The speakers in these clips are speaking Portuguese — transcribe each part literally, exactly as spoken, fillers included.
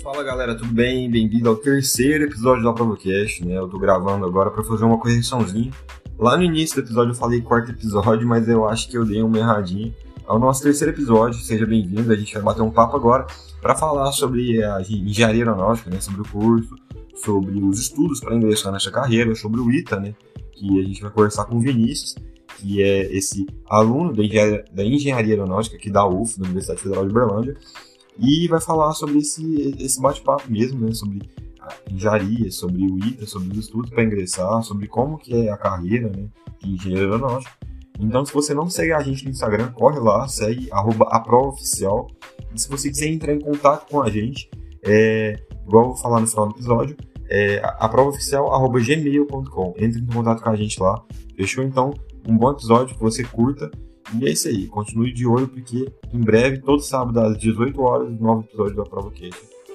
Fala galera, tudo bem? Bem-vindo ao terceiro episódio do AprovaCast, né? Eu tô gravando agora pra fazer uma correçãozinha. Lá no início do episódio eu falei quarto episódio, mas eu acho que eu dei uma erradinha. É o nosso terceiro episódio, seja bem-vindo. A gente vai bater um papo agora para falar sobre a engenharia aeronáutica, né? Sobre o curso, sobre os estudos para ingressar nessa carreira, sobre o I T A, né? Que a gente vai conversar com o Vinícius, que é esse aluno da engenharia, da engenharia aeronáutica aqui da U F, da Universidade Federal de Uberlândia. E vai falar sobre esse, esse bate-papo mesmo, né? Sobre a engenharia, sobre o I T A, sobre os estudos para ingressar, sobre como que é a carreira, né, de engenharia aeronáutica. Então, se você não segue a gente no Instagram, corre lá, segue, arroba aprovaoficial. E se você quiser entrar em contato com a gente, é, igual eu vou falar no final do episódio, é aprovaoficial arroba gmail ponto com. Entre em contato com a gente lá. Fechou? Então, um bom episódio, que você curta. E é isso aí, continue de olho, porque em breve, todo sábado às dezoito horas, um novo episódio do AprovaCast.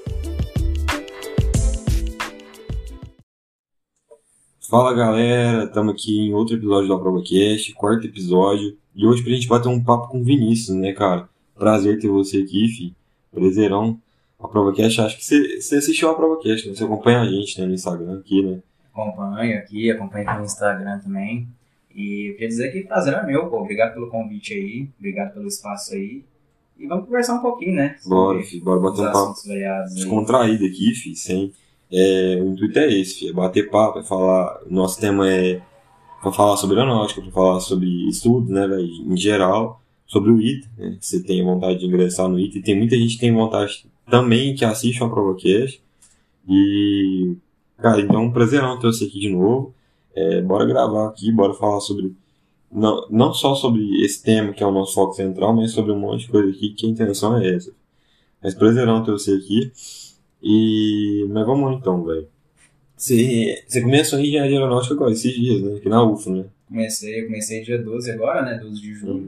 Fala galera, estamos aqui em outro episódio do AprovaCast, quarto episódio. E hoje pra gente bater um papo com o Vinícius, né, cara? Prazer ter você aqui, fi. Prazerão. AprovaCast, acho que você, você assistiu ao AprovaCast, né? Você acompanha a gente, né, no Instagram aqui, né? Acompanho aqui, acompanho aqui no Instagram também. E eu queria dizer que o prazer é meu, pô. Obrigado pelo convite aí, obrigado pelo espaço aí. E vamos conversar um pouquinho, né? Bora, filho, bora bater um papo descontraído aqui, filho, sem... É, o intuito é esse, filho, é bater papo, é falar... Nosso tema é pra falar sobre aeronáutica, pra falar sobre estudos, né, velho, em geral, sobre o I T A, né? Você tem vontade de ingressar no I T A, e tem muita gente que tem vontade também que assiste ao AprovaCast. E... Cara, então é um prazerão ter você aqui de novo. É, bora gravar aqui, bora falar sobre, não, não só sobre esse tema que é o nosso foco central, mas sobre um monte de coisa aqui que a intenção é essa. Mas prazerão ter você aqui. E... Mas vamos lá então, velho. Você, você começou em engenharia aeronáutica agora, esses dias, né? Aqui na U F, né? Comecei, eu comecei dia doze agora, né? doze de julho. Uhum.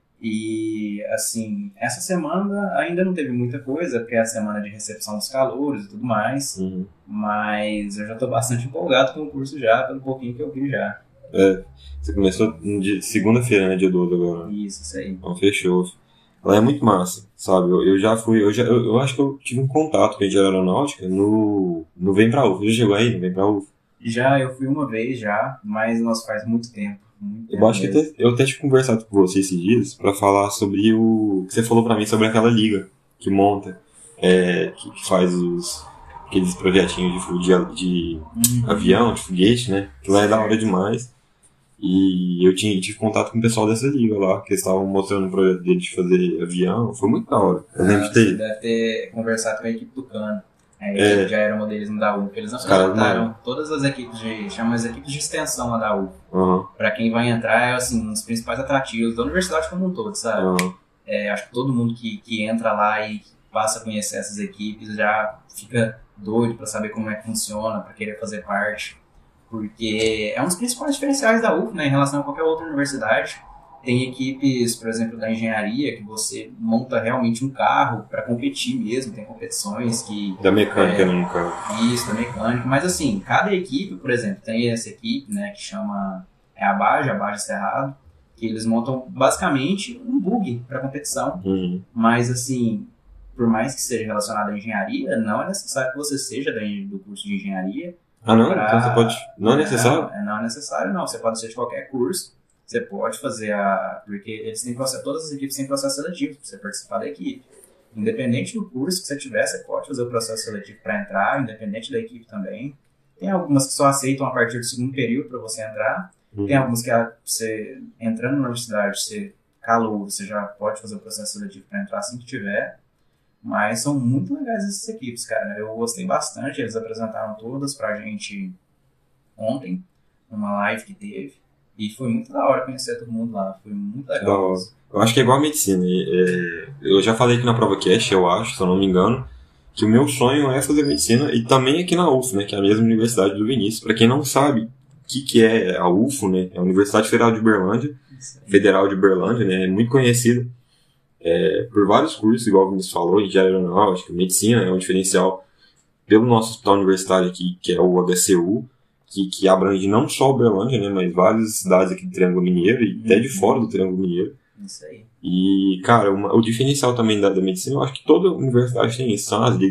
E, assim, essa semana ainda não teve muita coisa, porque é a semana de recepção dos calouros e tudo mais. Uhum. Mas eu já tô bastante empolgado com o curso já, pelo pouquinho que eu vi já. É, você começou de segunda-feira, né? Dia doze agora. Isso, isso aí. Então fechou. Ela é muito massa, sabe? Eu, eu já fui, eu, já, eu, eu acho que eu tive um contato com a engenharia aeronáutica no, no Vem Pra U F. Já chegou aí no Vem Pra U F? Já, eu fui uma vez já, mas nós faz muito tempo. Muito eu acho que até, eu até tive conversado com você esses dias pra falar sobre o que você falou pra mim sobre aquela liga que monta, é, que, que faz os, aqueles projetinhos de, de, de uhum. avião, de foguete, né? Que lá é da hora demais. E eu tinha, tive contato com o pessoal dessa liga lá, que eles estavam mostrando o projeto deles de fazer avião. Foi muito da hora. Eu lembro de ter. Você deve ter conversado com a equipe do Cano. A equipe é. de aeromodelismo da U F. Eles apresentaram todas as equipes de... chamam as equipes de extensão lá da U F. Uhum. Pra quem vai entrar, é assim, um dos principais atrativos da universidade como um todo, sabe? Uhum. É, acho que todo mundo que, que entra lá e passa a conhecer essas equipes já fica doido pra saber como é que funciona, pra querer fazer parte. Porque é um dos principais diferenciais da U F, né, em relação a qualquer outra universidade. Tem equipes, por exemplo, da engenharia, que você monta realmente um carro para competir mesmo, tem competições que... Da mecânica, é, né, no carro. Isso, da mecânica. Mas assim, cada equipe, por exemplo, tem essa equipe, né, que chama... É a Baja, a Baja Cerrado, que eles montam basicamente um bug para competição. Uhum. Mas assim, por mais que seja relacionado à engenharia, não é necessário que você seja do curso de engenharia. Ah, não? Pra... Então você pode... Não é necessário? Não, não é necessário, não. Você pode ser de qualquer curso. Você pode fazer a... Porque eles têm processo... todas as equipes têm processo seletivo para você participar da equipe. Independente do curso que você tiver, você pode fazer o processo seletivo para entrar, independente da equipe também. Tem algumas que só aceitam a partir do segundo período para você entrar. Uhum. Tem algumas que você, entrando na universidade, você calou, você já pode fazer o processo seletivo para entrar assim que tiver. Mas são muito legais essas equipes, cara. Eu gostei bastante, eles apresentaram todas pra gente ontem, numa live que teve. E foi muito da hora conhecer todo mundo lá, foi muito legal. Eu acho que é igual a medicina. É, eu já falei aqui na AprovaCast, eu acho, se eu não me engano, que o meu sonho é fazer medicina, e também aqui na U F, né, que é a mesma universidade do Vinícius. Pra quem não sabe o que, que é a U F, né, é a Universidade Federal de Uberlândia, Federal de Uberlândia, né, é muito conhecida é, por vários cursos, igual o Vinícius falou, engenharia aeronáutica, medicina é um diferencial pelo nosso hospital universitário aqui, que é o H C U, que, que abrange não só Uberlândia, né, mas várias cidades aqui do Triângulo Mineiro e uhum. até de fora do Triângulo Mineiro. Isso aí. E, cara, uma, o diferencial também da, da medicina, eu acho que toda universidade tem isso, são as ligas.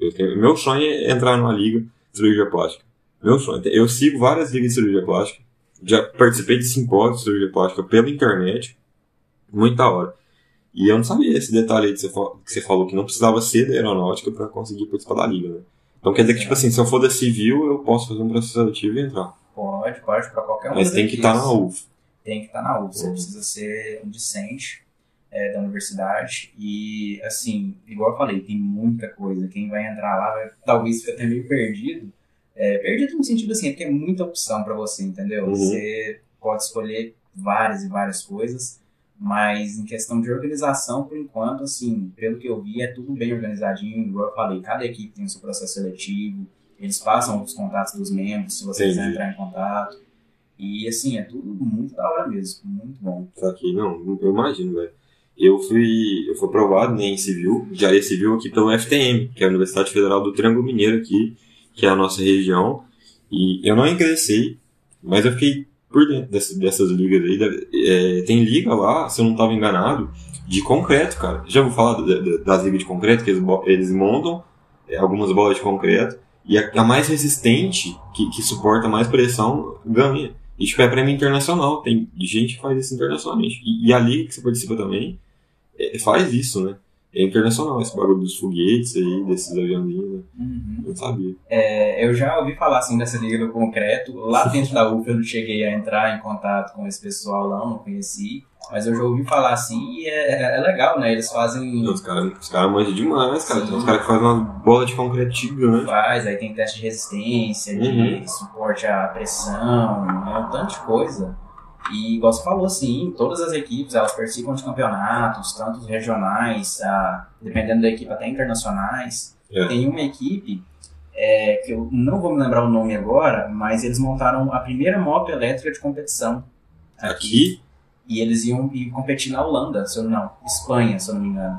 Eu tenho, meu sonho é entrar numa liga de cirurgia plástica. Meu sonho. Eu sigo várias ligas de cirurgia plástica. Já participei de simpósios de cirurgia plástica pela internet. Muito da hora. E eu não sabia esse detalhe aí que você, que você falou, que não precisava ser da aeronáutica para conseguir participar da liga, né? Então quer dizer que, tipo assim, se eu for da civil, eu posso fazer um processo seletivo e entrar. Pode, pode, para qualquer um. Mas tem que estar tá na U F. Tem que estar tá na U F. Você uhum. precisa ser um discente é, da universidade. E, assim, igual eu falei, tem muita coisa. Quem vai entrar lá vai, talvez fique até meio perdido. É, perdido no sentido assim, porque é muita opção para você, entendeu? Uhum. Você pode escolher várias e várias coisas. Mas em questão de organização, por enquanto, assim, pelo que eu vi, é tudo bem organizadinho. Igual eu falei, cada equipe tem o seu processo seletivo. Eles passam os contatos dos membros, se você Entendi. quiser entrar em contato. E, assim, é tudo muito da hora mesmo. Muito bom. Tá aqui, não, eu imagino, velho. Eu fui, eu fui aprovado, né, em civil, de área civil aqui pelo F T M, que é a Universidade Federal do Triângulo Mineiro aqui, que é a nossa região. E eu não ingressei, mas eu fiquei por dentro dessas, dessas ligas aí. É, tem liga lá, se eu não estava enganado, de concreto, cara. Já vou falar da, da, das ligas de concreto, que eles, eles montam é, algumas bolas de concreto, e a, a mais resistente, que, que suporta mais pressão, ganha. E tipo, é prêmio internacional, tem gente que faz isso internacionalmente. E, e a liga que você participa também é, faz isso, né? É internacional esse bagulho dos foguetes aí, desses aviãozinhos, né? Uhum. Eu não sabia. É, eu já ouvi falar, assim, dessa liga do concreto. Lá dentro da U F eu não cheguei a entrar em contato com esse pessoal lá, não conheci. Mas eu já ouvi falar, assim, e é, é legal, né? Eles fazem... Os caras os cara manjam demais, cara. Sim. Tem uns caras que fazem uma bola de concreto gigante. Faz, aí tem teste de resistência, uhum. de suporte à pressão, é um tanto de coisa. E, igual você falou, assim, todas as equipes, elas participam de campeonatos, tanto regionais, ah, dependendo da equipe, até internacionais. É. Tem uma equipe, é, que eu não vou me lembrar o nome agora, mas eles montaram a primeira moto elétrica de competição. Aqui? aqui? E eles iam, iam competir na Holanda, se eu não, Espanha, se eu não me engano.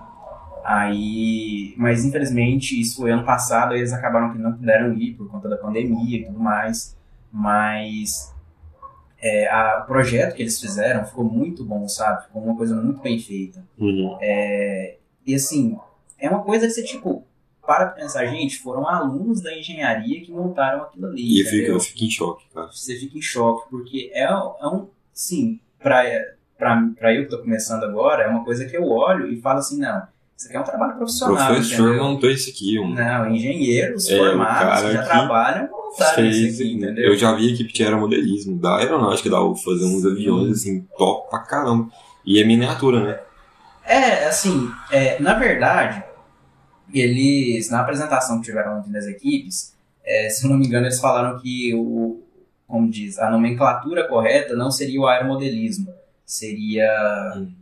Aí, mas, infelizmente, isso foi ano passado, eles acabaram que não puderam ir por conta da pandemia e tudo mais. Mas... É, a, o projeto que eles fizeram ficou muito bom, sabe? Ficou uma coisa muito bem feita. Uhum. É, e assim, é uma coisa que você, tipo, para pensar, gente, foram alunos da engenharia que montaram aquilo ali. E fica, eu fico em choque, cara. Você fica em choque, porque é, é um, sim, pra, pra, pra eu que tô começando agora, é uma coisa que eu olho e falo assim, não, isso aqui é um trabalho profissional. O professor entendeu? montou isso aqui. Um... Não, engenheiros é, formados que já trabalham montaram isso aqui, entendeu? Eu já vi equipe de aeromodelismo, da aeronáutica da U F, fazer uns aviões assim, top pra caramba. E é miniatura, né? É, assim, é, na verdade, eles, na apresentação que tiveram ontem das equipes, é, se eu não me engano, eles falaram que o, como diz, a nomenclatura correta não seria o aeromodelismo, seria... Hum.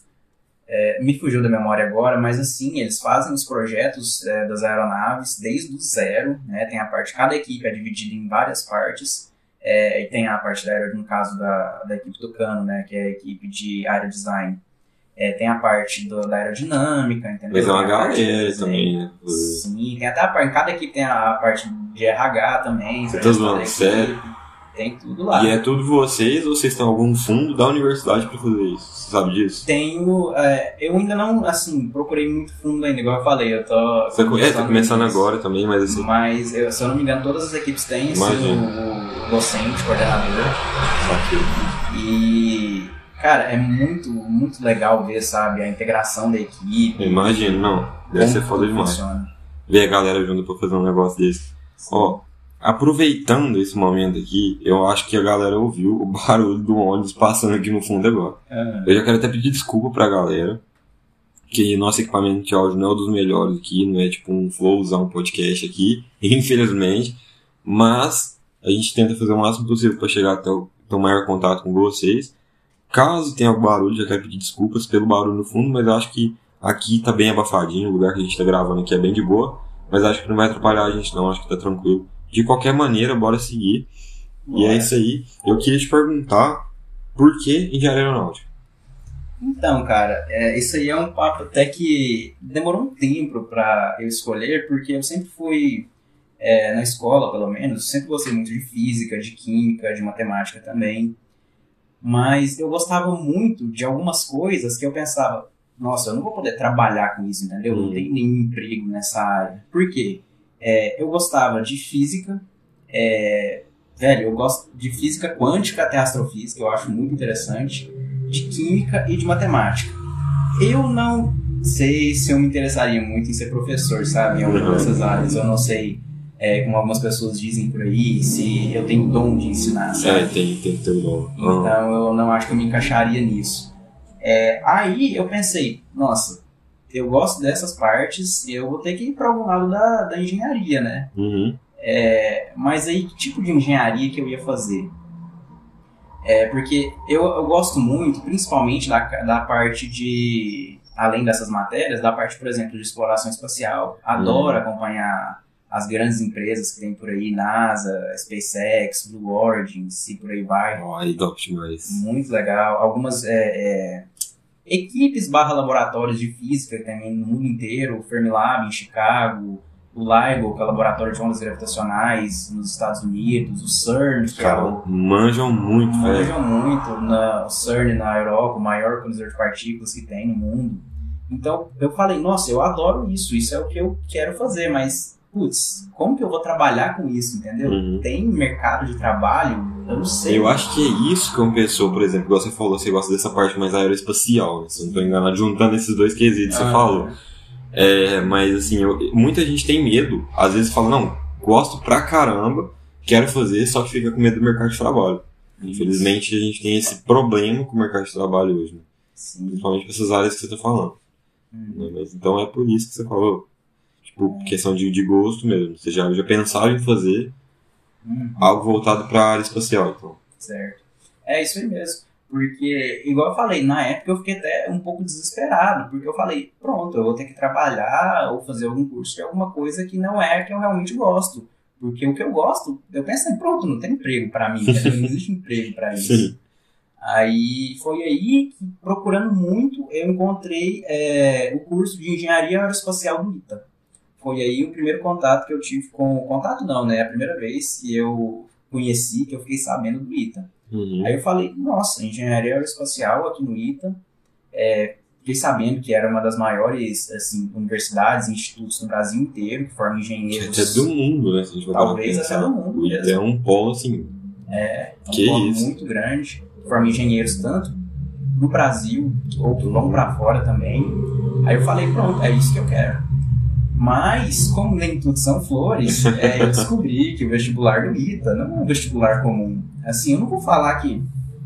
É, me fugiu da memória agora, mas assim, eles fazem os projetos é, das aeronaves desde o zero, né? Tem a parte, cada equipe é dividida em várias partes, é, e tem a parte da aero, no caso da, da equipe Tucano, né? Que é a equipe de aerodesign. É, tem a parte do, da aerodinâmica, entendeu? Mas é uma galera também, né? Sim, tem até a parte, em cada equipe tem a parte de R H também. Você tá zoando, sério? Tem tudo lá. E é tudo vocês ou vocês têm algum fundo da universidade pra fazer isso? Você sabe disso? Tenho, é, eu ainda não, assim, procurei muito fundo ainda, igual eu falei, eu tô... Você é, tá começando agora também, mas assim... Mas, eu, se eu não me engano, todas as equipes têm, assim, o, o docente, o coordenador. Ok. E, cara, é muito, muito legal ver, sabe, a integração da equipe. Eu imagino, não. Deve ser foda demais. Funciona. Ver a galera junto pra fazer um negócio desse. Ó... Aproveitando esse momento aqui, eu acho que a galera ouviu o barulho do ônibus passando aqui no fundo agora. Uhum. Eu já quero até pedir desculpa pra galera, que nosso equipamento de áudio não é um dos melhores aqui, não é tipo um flowzão podcast aqui, infelizmente, mas a gente tenta fazer o máximo possível para chegar até o, até o maior contato com vocês. Caso tenha algum barulho, já quero pedir desculpas pelo barulho no fundo, mas eu acho que aqui tá bem abafadinho, o lugar que a gente tá gravando aqui é bem de boa, mas acho que não vai atrapalhar a gente não, acho que tá tranquilo. De qualquer maneira, bora seguir. Bora. E é isso aí. Eu queria te perguntar, por que engenharia aeronáutica? Então, cara, é, isso aí é um papo até que demorou um tempo pra eu escolher, porque eu sempre fui, é, na escola pelo menos, sempre gostei muito de física, de química, de matemática também. Mas eu gostava muito de algumas coisas que eu pensava, nossa, eu não vou poder trabalhar com isso, entendeu? Hum. Não tem nenhum emprego nessa área. Por quê? É, eu gostava de física, é, velho, eu gosto de física quântica até astrofísica, eu acho muito interessante, de química e de matemática. Eu não sei se eu me interessaria muito em ser professor, sabe, em alguma dessas áreas. Eu não sei, é, como algumas pessoas dizem por aí, se eu tenho dom de ensinar, sabe? É, tem, tem que ter o dom. Então eu não acho que eu me encaixaria nisso. É, aí eu pensei, nossa, eu gosto dessas partes, eu vou ter que ir para algum lado da, da engenharia, né? Uhum. É, mas aí, que tipo de engenharia que eu ia fazer? É, porque eu, eu gosto muito, principalmente da, da parte de, além dessas matérias, da parte, por exemplo, de exploração espacial. Adoro uhum. acompanhar as grandes empresas que tem por aí, NASA, SpaceX, Blue Origin, e por aí vai. Oh, aí top demais. Muito legal. Algumas... É, é, equipes barra laboratórios de física também no mundo inteiro, o Fermilab em Chicago, o LIGO, que é o Laboratório de Ondas Gravitacionais nos Estados Unidos, o CERN, que Cara, é o... manjam muito, velho. Manjam muito. Na, o CERN na Europa, o maior condensador de partículas que tem no mundo. Então, eu falei, nossa, eu adoro isso, isso é o que eu quero fazer, mas, putz, como que eu vou trabalhar com isso, entendeu? Uhum. Tem mercado de trabalho? Eu não sei. Eu acho que é isso que uma pessoa, por exemplo, igual você falou, você gosta dessa parte mais aeroespacial, né? Se eu não estou enganado, juntando esses dois quesitos que ah, você falou. É, mas, assim, eu, muita gente tem medo. Às vezes fala, não, gosto pra caramba, quero fazer, só que fica com medo do mercado de trabalho. Isso. Infelizmente, a gente tem esse problema com o mercado de trabalho hoje, né? Sim. Principalmente pra essas áreas que você está falando. Hum. Né? Mas, então, é por isso que você falou. Tipo, é. questão de, de gosto mesmo. Você já, já pensava em fazer... Uhum. Algo voltado para a área espacial, então. Certo. É isso aí mesmo. Porque, igual eu falei, na época eu fiquei até um pouco desesperado, porque eu falei, pronto, eu vou ter que trabalhar ou fazer algum curso de alguma coisa que não é que eu realmente gosto. Porque o que eu gosto, eu pensei, pronto, não tem emprego para mim, não existe emprego para isso. Sim. Aí foi aí que, procurando muito, eu encontrei é, o curso de Engenharia Aeroespacial do ITA. Foi aí o primeiro contato que eu tive com... Contato não, né? A primeira vez que eu conheci, que eu fiquei sabendo do ITA. Uhum. Aí eu falei, nossa, engenharia aeroespacial aqui no ITA. É, fiquei sabendo que era uma das maiores assim, universidades e institutos no Brasil inteiro, que formam engenheiros... Até do mundo, né? Se a gente talvez até do mundo o ITA é um polo, assim... É, um que polo isso? muito grande. Forma engenheiros tanto no Brasil, ou que vão para fora também. Aí eu falei, pronto, é isso que eu quero. Mas, como nem tudo são flores, é, eu descobri que o vestibular do ITA não é um vestibular comum. Assim, eu não vou falar que...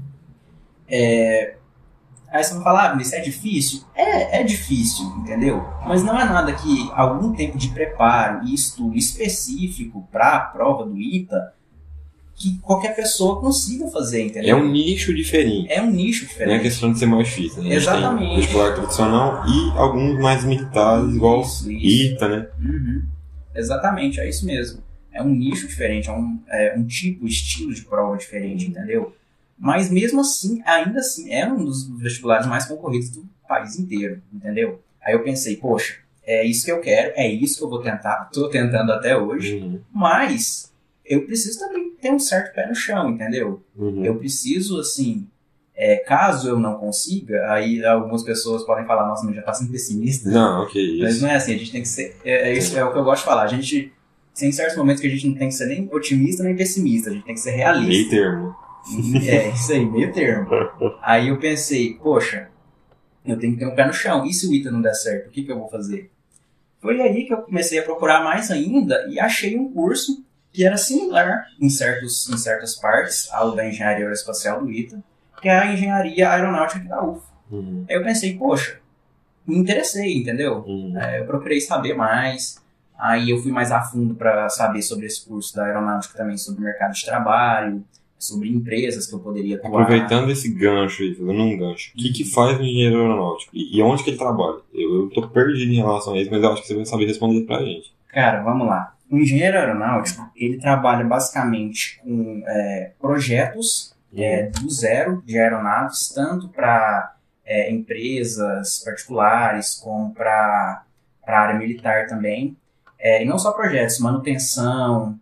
É, aí você vai falar, ah, isso é difícil? É, é difícil, entendeu? Mas não é nada que algum tempo de preparo e estudo específico para a prova do ITA que qualquer pessoa consiga fazer, entendeu? É um nicho diferente. É um nicho diferente. Não é questão de ser mais difícil. Né? Exatamente. Tem vestibular tradicional e alguns mais militares, igual isso, isso. ITA, né? Uhum. Exatamente, é isso mesmo. É um nicho diferente, é um, é um tipo, estilo de prova diferente, entendeu? Mas mesmo assim, ainda assim, é um dos vestibulares mais concorridos do país inteiro, entendeu? Aí eu pensei, poxa, é isso que eu quero, é isso que eu vou tentar, tô tentando até hoje, uhum. mas eu preciso também ter um certo pé no chão, entendeu? Uhum. Eu preciso, assim, é, caso eu não consiga, aí algumas pessoas podem falar, nossa, mas já tá sendo pessimista. Não, ok, isso. Mas não é assim, a gente tem que ser, é, é, isso é o que eu gosto de falar, a gente, tem certos momentos que a gente não tem que ser nem otimista nem pessimista, a gente tem que ser realista. Meio termo. É, isso aí, meio termo. Aí eu pensei, poxa, eu tenho que ter um pé no chão, e se o ITA não der certo, o que que eu vou fazer? Foi aí que eu comecei a procurar mais ainda e achei um curso que era similar em, certos, em certas partes ao da engenharia aeroespacial do ITA, que é a engenharia aeronáutica da U F. Uhum. Aí eu pensei, poxa, me interessei, entendeu? Uhum. É, eu procurei saber mais, aí eu fui mais a fundo para saber sobre esse curso da aeronáutica também, sobre o mercado de trabalho, sobre empresas que eu poderia atuar. Aproveitando esse gancho aí, fazendo um gancho, o que que faz um engenheiro aeronáutico? E, e onde que ele trabalha? Eu, eu tô perdido em relação a isso, mas eu acho que você vai saber responder pra gente. Cara, vamos lá. O engenheiro aeronáutico, ele trabalha basicamente com é, projetos uhum. é, do zero de aeronaves, tanto para é, empresas particulares, como para a área militar também. É, e não só projetos, manutenção,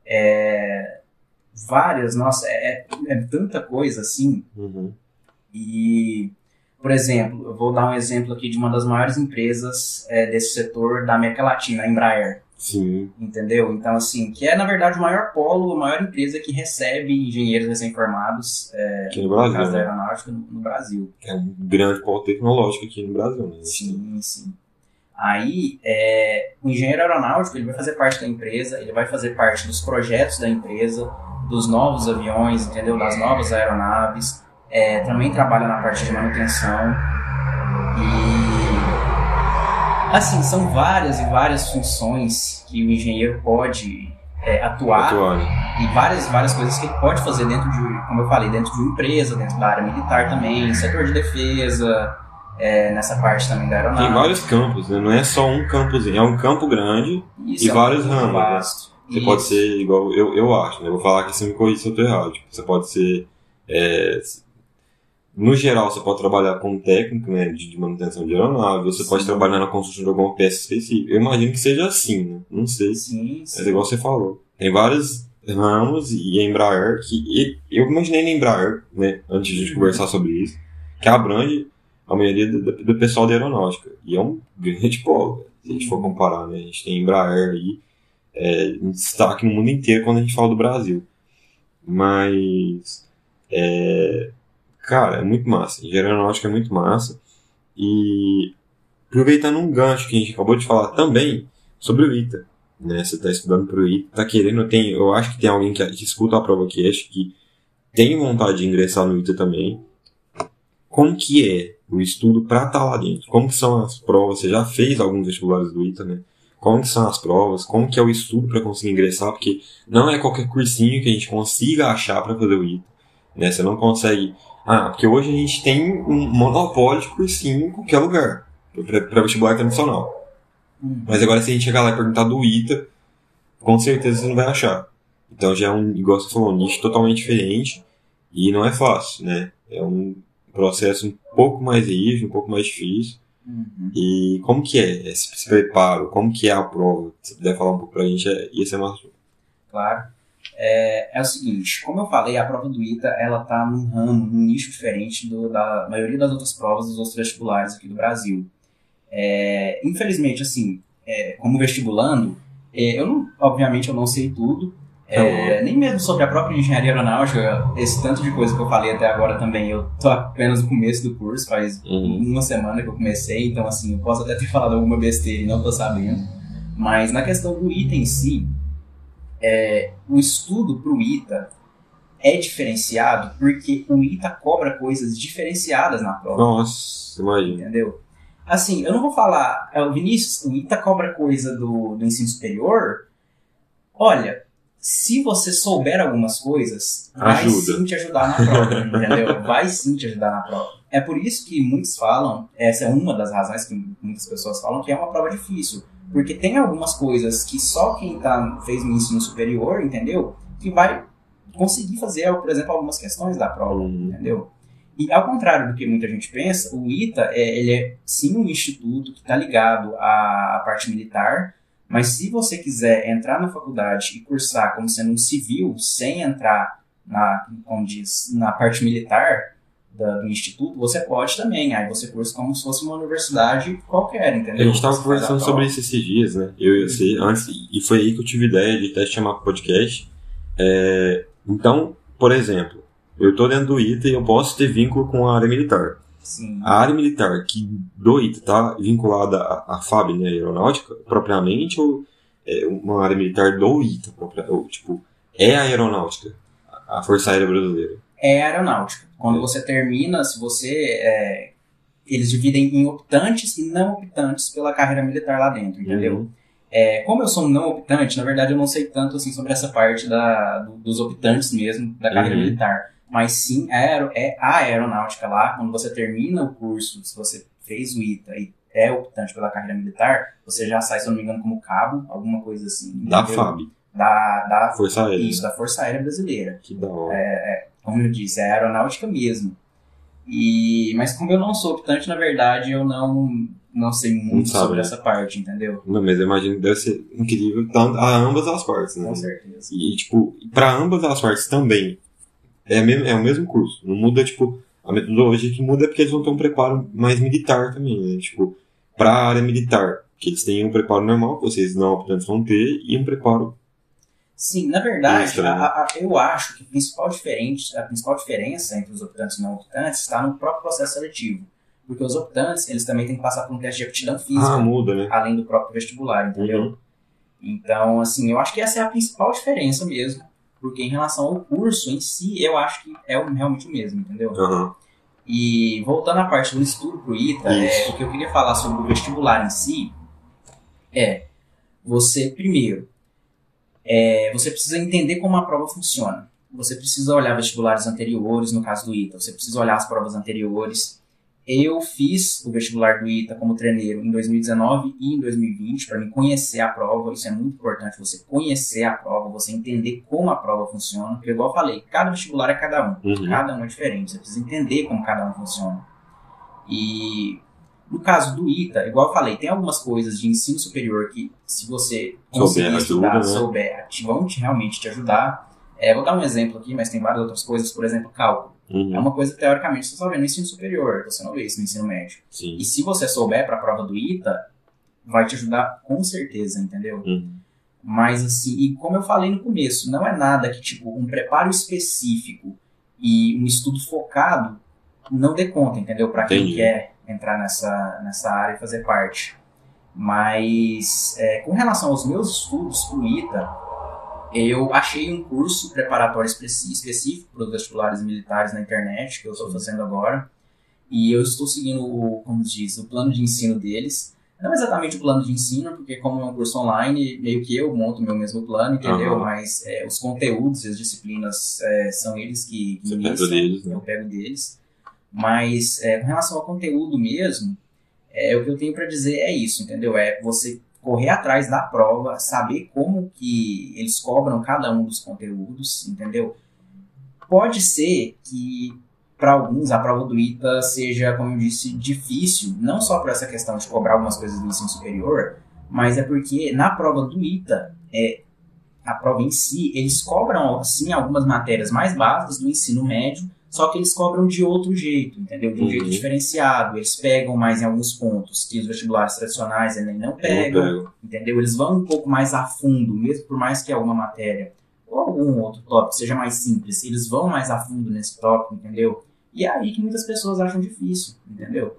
é, várias, nossa, é, é tanta coisa assim. Uhum. E, por exemplo, eu vou dar um exemplo aqui de uma das maiores empresas é, desse setor da América Latina, a Embraer. Sim. Entendeu? Então, assim, que é, na verdade, o maior polo, a maior empresa que recebe engenheiros recém-formados é, aqui no Brasil, no caso né? da aeronáutica, no, no Brasil. É um grande polo tecnológico aqui no Brasil, né? Sim, sim. Aí, é, o engenheiro aeronáutico, ele vai fazer parte da empresa, ele vai fazer parte dos projetos da empresa, dos novos aviões, entendeu? Das novas aeronaves. É, também trabalha na parte de manutenção. E... assim, são várias e várias funções que o engenheiro pode é, atuar, Atuar. E várias várias coisas que ele pode fazer dentro de, como eu falei, dentro de uma empresa, dentro da área militar também, setor de defesa, é, nessa parte também da aeronáutica. Tem vários campos, né? Não é só um campozinho, é um campo grande. Isso, e é vários um ramos. Vasto. Né? Você Isso. pode ser igual, eu, eu acho, né? Eu vou falar aqui, você me corrige se eu tô errado. Tipo, você pode ser... É, no geral, você pode trabalhar como técnico, né, de, de manutenção de aeronave, você sim. pode trabalhar na construção de alguma peça específica. Eu imagino que seja assim, né? Não sei. Sim, sim. Mas é igual você falou. Tem vários ramos e a Embraer, que eu imaginei na Embraer, né, antes de a gente conversar sobre isso, que abrange a maioria do, do pessoal da aeronáutica. E é um grande polo, se a gente for comparar, né? A gente tem Embraer aí, é, em destaque no mundo inteiro quando a gente fala do Brasil. Mas... É... Cara, é muito massa. Engenharia aeronáutica é muito massa. E aproveitando um gancho que a gente acabou de falar também sobre o ITA. Né? Você está estudando para o ITA, está querendo, tem, eu acho que tem alguém que, que escuta a prova que acha que tem vontade de ingressar no ITA também. Como que é o estudo para estar lá dentro? Como que são as provas? Você já fez alguns vestibulares do ITA, né? Como que são as provas? Como que é o estudo para conseguir ingressar? Porque não é qualquer cursinho que a gente consiga achar para fazer o ITA. Né? Você não consegue... Ah, porque hoje a gente tem um monopólio de cursinho em qualquer lugar, para vestibular tradicional. Uhum. Mas agora, se a gente chegar lá e perguntar do ITA, com certeza você não vai achar. Então já é um, igual você falou, um nicho totalmente diferente e não é fácil, né? É um processo um pouco mais rígido, um pouco mais difícil. Uhum. E como que é esse, esse preparo? Como que é a prova? Se puder falar um pouco pra gente, ia ser mais... Claro. É, é o seguinte, como eu falei, a prova do ITA, ela tá num ramo, num nicho diferente do, da maioria das outras provas dos outros vestibulares aqui do Brasil. É, infelizmente, assim, é, como vestibulando, é, eu não, obviamente eu não sei tudo, é, nem mesmo sobre a própria engenharia aeronáutica, esse tanto de coisa que eu falei até agora também, eu tô apenas no começo do curso, faz uhum. uma semana que eu comecei, então assim, eu posso até ter falado alguma besteira e não tô sabendo, mas na questão do ITA em si, É, o estudo para o ITA é diferenciado porque o ITA cobra coisas diferenciadas na prova. Nossa, imagina. Entendeu? Assim, eu não vou falar, Vinícius, o ITA cobra coisa do, do ensino superior. Olha, se você souber algumas coisas, vai Ajuda. sim te ajudar na prova, entendeu? Vai sim te ajudar na prova. É por isso que muitos falam, essa é uma das razões que muitas pessoas falam, que é uma prova difícil. Porque tem algumas coisas que só quem tá, fez no ensino superior, entendeu? Que vai conseguir fazer, por exemplo, algumas questões da prova, uhum. entendeu? E ao contrário do que muita gente pensa, o ITA, é, ele é sim um instituto que está ligado à, à parte militar, mas se você quiser entrar na faculdade e cursar como sendo um civil, sem entrar na, como diz, na parte militar do instituto, você pode também. Aí você cursa como se fosse uma universidade qualquer, entendeu? A gente estava conversando sobre isso esses dias, né? Eu e você, antes, e foi aí que eu tive ideia de até chamar para o podcast. É, então, por exemplo, eu estou dentro do ITA e eu posso ter vínculo com a área militar. Sim. A área militar que do ITA está vinculada à, à F A B, né, aeronáutica, propriamente, ou é uma área militar do ITA, ou, tipo, é a aeronáutica, a Força Aérea Brasileira? É a aeronáutica. Quando é. você termina, se você... É, eles dividem em optantes e não optantes pela carreira militar lá dentro, entendeu? Uhum. É, como eu sou um não optante, na verdade eu não sei tanto assim sobre essa parte da, do, dos optantes mesmo, da carreira uhum. militar. Mas sim, é, é a aeronáutica lá, quando você termina o curso, se você fez o ITA e é optante pela carreira militar, você já sai, se eu não me engano, como cabo, alguma coisa assim. Da entendeu? F A B. Da, da Força Aérea. Isso, da Força Aérea Brasileira. Que da hora. É, é, como eu disse, é aeronáutica mesmo. E, mas como eu não sou optante, na verdade, eu não, não sei muito não sabe, sobre né? essa parte, entendeu? Não, mas eu imagino que deve ser incrível a ambas as partes, né? Com certeza. E, tipo, pra ambas as partes também, é, mesmo, é o mesmo curso. Não muda, tipo, a metodologia que muda é porque eles vão ter um preparo mais militar também, né? Tipo, pra área militar, Que eles têm um preparo normal, que vocês não optantes vão ter, e um preparo... Sim, na verdade, extra, né? a, a, eu acho que a principal, diferente, a principal diferença entre os optantes e não optantes está no próprio processo seletivo. Porque os optantes, eles também têm que passar por um teste de aptidão física, ah, muda, né? além do próprio vestibular, entendeu? Uhum. Então, assim, eu acho que essa é a principal diferença mesmo, porque em relação ao curso em si, eu acho que é realmente o mesmo, entendeu? Uhum. E voltando à parte do estudo pro I T A, é, o que eu queria falar sobre o vestibular em si é, você, primeiro, é, você precisa entender como a prova funciona. Você precisa olhar vestibulares anteriores, no caso do I T A, você precisa olhar as provas anteriores. Eu fiz o vestibular do I T A como treineiro em dois mil e dezenove e em dois mil e vinte para me conhecer a prova. Isso é muito importante, você conhecer a prova, você entender como a prova funciona. Porque, igual eu falei, cada vestibular é cada um. Uhum. Cada um é diferente. Você precisa entender como cada um funciona. E no caso do I T A, igual eu falei, tem algumas coisas de ensino superior que, se você conseguir Souber, estudar, ajuda, né? souber, vão te, realmente te ajudar. É, vou dar um exemplo aqui, mas tem várias outras coisas. Por exemplo, cálculo. Uhum. É uma coisa que, teoricamente, você só vê no ensino superior, você não vê isso no ensino médio. Sim. E se você souber para a prova do I T A, vai te ajudar com certeza, entendeu? Uhum. Mas, assim, e como eu falei no começo, não é nada que, tipo, um preparo específico e um estudo focado não dê conta, entendeu? Para quem Entendi. quer entrar nessa, nessa área e fazer parte. Mas, é, com relação aos meus estudos pro I T A, eu achei um curso preparatório específico para os vestibulares militares na internet, que eu estou fazendo agora, e eu estou seguindo, o, como diz, o plano de ensino deles. Não exatamente o plano de ensino, porque como é um curso online, meio que eu monto o meu mesmo plano, entendeu? Uhum. Mas é, os conteúdos e as disciplinas é, são eles que, que Você ministram, pega deles, né? eu pego deles. Mas é, com relação ao conteúdo mesmo, é, o que eu tenho para dizer é isso, entendeu? É você correr atrás da prova, saber como que eles cobram cada um dos conteúdos, entendeu? Pode ser que, para alguns, a prova do I T A seja, como eu disse, difícil, não só por essa questão de cobrar algumas coisas do ensino superior, mas é porque na prova do I T A, é, a prova em si, eles cobram, sim, algumas matérias mais básicas do ensino médio, só que eles cobram de outro jeito, entendeu? De um Uhum. jeito diferenciado. Eles pegam mais em alguns pontos que os vestibulares tradicionais ainda não pegam, Eu pego. entendeu? Eles vão um pouco mais a fundo, mesmo por mais que alguma matéria ou algum outro tópico seja mais simples, eles vão mais a fundo nesse tópico, entendeu? E é aí que muitas pessoas acham difícil, entendeu?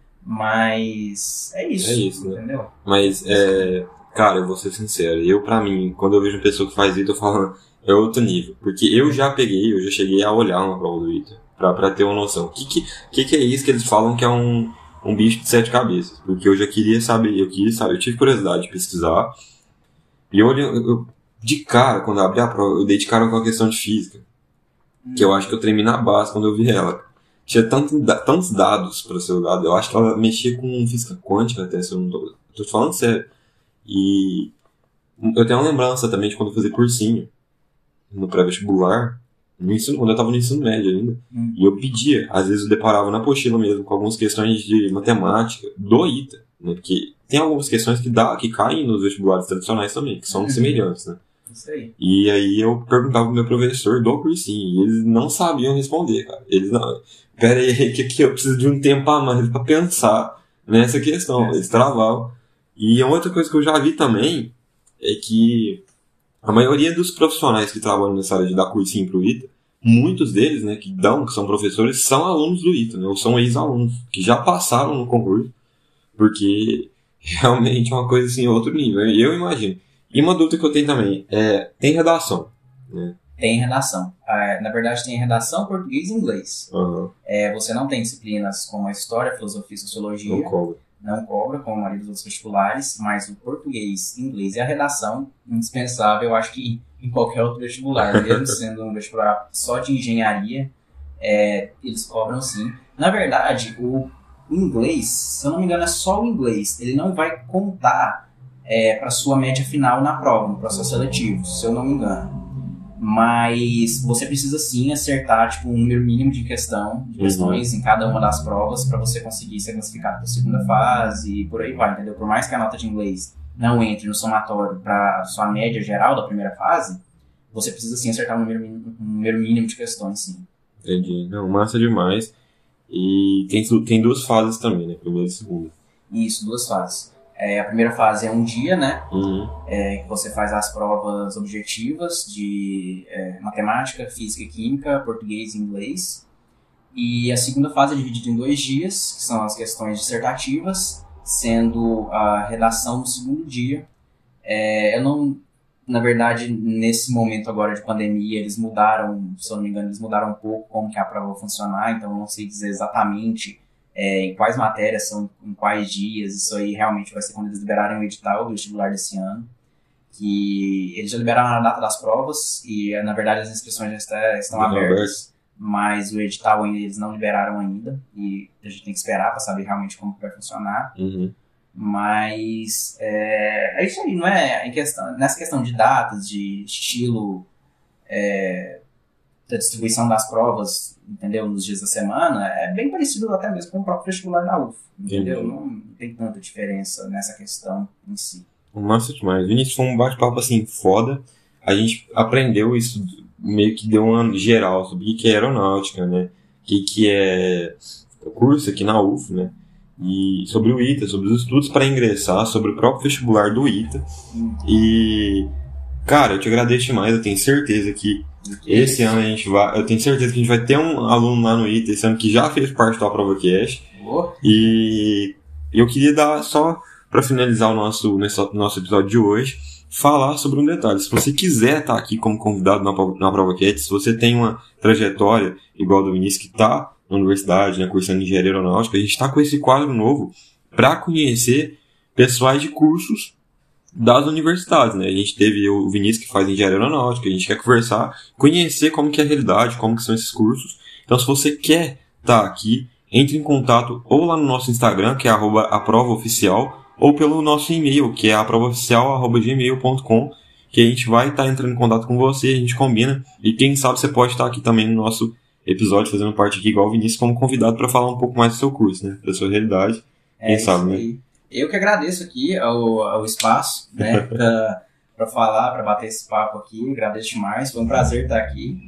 Mas é isso, É isso, né? entendeu? Mas, é, cara, eu vou ser sincero. Eu, pra mim, quando eu vejo uma pessoa que faz I T A, eu falo, é outro nível. Porque eu já peguei, eu já cheguei a olhar uma prova do I T A, pra, pra ter uma noção. O que, que, que, que é isso que eles falam que é um, um bicho de sete cabeças? Porque eu já queria saber, eu queria saber, eu tive curiosidade de pesquisar. E eu, olhei, eu, eu de cara, quando eu abri a prova, eu dei de cara com a questão de física. Hum. Que eu acho que eu tremei na base quando eu vi ela. Tinha tanto, tantos dados para ser dado. Eu acho que ela mexia com física quântica até, se eu não tô, tô te falando sério. E eu tenho uma lembrança também de quando eu fazia cursinho no pré-vestibular, no ensino, quando eu tava no ensino médio ainda. Hum. E eu pedia, às vezes eu deparava na apostila mesmo com algumas questões de matemática do I T A, né? Porque tem algumas questões que, dá, que caem nos vestibulares tradicionais também, que são Uhum. semelhantes, né? Isso aí. E aí eu perguntava pro meu professor do cursinho, e eles não sabiam responder, cara. Eles não... Pera aí, que, que eu preciso de um tempo a mais pra pensar nessa questão. Eles travavam. E outra coisa que eu já vi também é que a maioria dos profissionais que trabalham nessa área de dar cursinho pro I T A, muitos deles, né, que dão, que são professores, são alunos do I T A, né, ou são ex-alunos, que já passaram no concurso, porque realmente é uma coisa assim, outro nível, eu imagino. E uma dúvida que eu tenho também é, tem redação, né? Tem redação. Ah, na verdade, tem redação, português e inglês. Uhum. É, você não tem disciplinas como a história, filosofia e sociologia. Não cobra. Não cobra, como a maioria dos outros vestibulares, mas o português, inglês e a redação, indispensável, eu acho que em qualquer outro vestibular, mesmo sendo um vestibular só de engenharia, é, eles cobram sim. Na verdade, o inglês, se eu não me engano, é só o inglês. Ele não vai contar é, para sua média final na prova, no processo seletivo, se eu não me engano. Mas você precisa sim acertar tipo, um número mínimo de questão, de questões uhum. em cada uma das provas para você conseguir ser classificado para a segunda fase e por aí vai, entendeu? Por mais que a nota de inglês não entre no somatório para a sua média geral da primeira fase, você precisa sim acertar um número, mínimo, um número mínimo de questões, sim. Entendi. Não, massa demais. E tem, tem duas fases também, né? Primeira e segunda. Isso, duas fases. É, a primeira fase é um dia, né? Uhum. É, que você faz as provas objetivas de é, matemática, física e química, português e inglês. E a segunda fase é dividida em dois dias, que são as questões dissertativas, sendo a redação no segundo dia. É, eu não, na verdade, nesse momento agora de pandemia, eles mudaram, se eu não me engano, eles mudaram um pouco como que a prova vai funcionar, então eu não sei dizer exatamente é, em quais matérias são, em quais dias. Isso aí realmente vai ser quando eles liberarem o edital do vestibular desse ano, que eles já liberaram a data das provas e, na verdade, as inscrições já está, estão Não, abertas. aberto. Mas o edital ainda eles não liberaram ainda e a gente tem que esperar para saber realmente como vai funcionar. Uhum. Mas é, é isso aí, não é? Em questão, nessa questão de datas, de estilo, é, da distribuição das provas, entendeu? Nos dias da semana, é bem parecido até mesmo com o próprio vestibular da U F, entendeu? Não, não tem tanta diferença nessa questão em si. Massa demais. Vinícius, foi um bate-papo assim, foda. A gente aprendeu isso, meio que deu uma geral sobre o que é aeronáutica, né? O que, que é o curso aqui na U F, né? E sobre o I T A, sobre os estudos para ingressar, sobre o próprio vestibular do I T A. E, cara, eu te agradeço demais. Eu tenho certeza que esse ano a gente vai. Eu tenho certeza que a gente vai ter um aluno lá no I T A esse ano que já fez parte da AprovaCast. Boa. E eu queria dar só para finalizar o nosso, nosso episódio de hoje, falar sobre um detalhe. Se você quiser estar aqui como convidado na, na AprovaCast, se você tem uma trajetória igual a do Vinícius, que está na universidade, né, cursando engenharia aeronáutica, a gente está com esse quadro novo para conhecer pessoais de cursos das universidades, né? A gente teve o Vinícius que faz engenharia aeronáutica, a gente quer conversar, conhecer como que é a realidade, como que são esses cursos. Então, se você quer estar aqui, entre em contato ou lá no nosso Instagram, que é arroba aprovaoficial, ou pelo nosso e-mail, que é aprovaoficial arroba gmail ponto com, que a gente vai estar entrando em contato com você, a gente combina, e quem sabe você pode estar aqui também no nosso episódio, fazendo parte aqui igual o Vinícius, como convidado para falar um pouco mais do seu curso, né? Da sua realidade. Quem É sabe, isso né? aí. Eu que agradeço aqui ao, ao espaço, né, para falar, para bater esse papo aqui. Agradeço demais, foi um prazer estar aqui.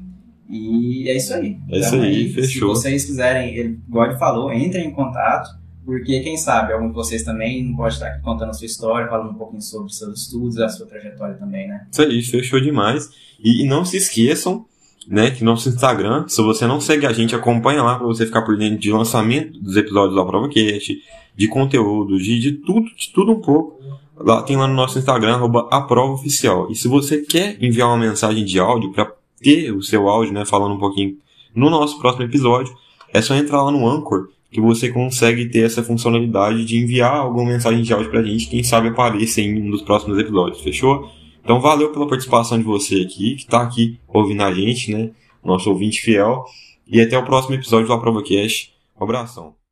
E é isso aí. É isso Então, aí, fechou. Se vocês quiserem, ele, igual ele falou, entrem em contato, porque quem sabe algum de vocês também pode estar aqui contando a sua história, falando um pouquinho sobre os seus estudos, a sua trajetória também, né? Isso aí, fechou demais. E, e não se esqueçam, né, que nosso Instagram, se você não segue a gente, acompanha lá para você ficar por dentro de lançamento dos episódios da AprovaCast, de conteúdo, de, de tudo, de tudo um pouco. Lá tem lá no nosso Instagram, arroba aprovaoficial. E se você quer enviar uma mensagem de áudio para ter o seu áudio, né, falando um pouquinho no nosso próximo episódio, é só entrar lá no Anchor, que você consegue ter essa funcionalidade de enviar alguma mensagem de áudio pra gente, quem sabe apareça em um dos próximos episódios, fechou? Então valeu pela participação de você aqui, que tá aqui ouvindo a gente, né, nosso ouvinte fiel, e até o próximo episódio do AprovaCast. Um abração.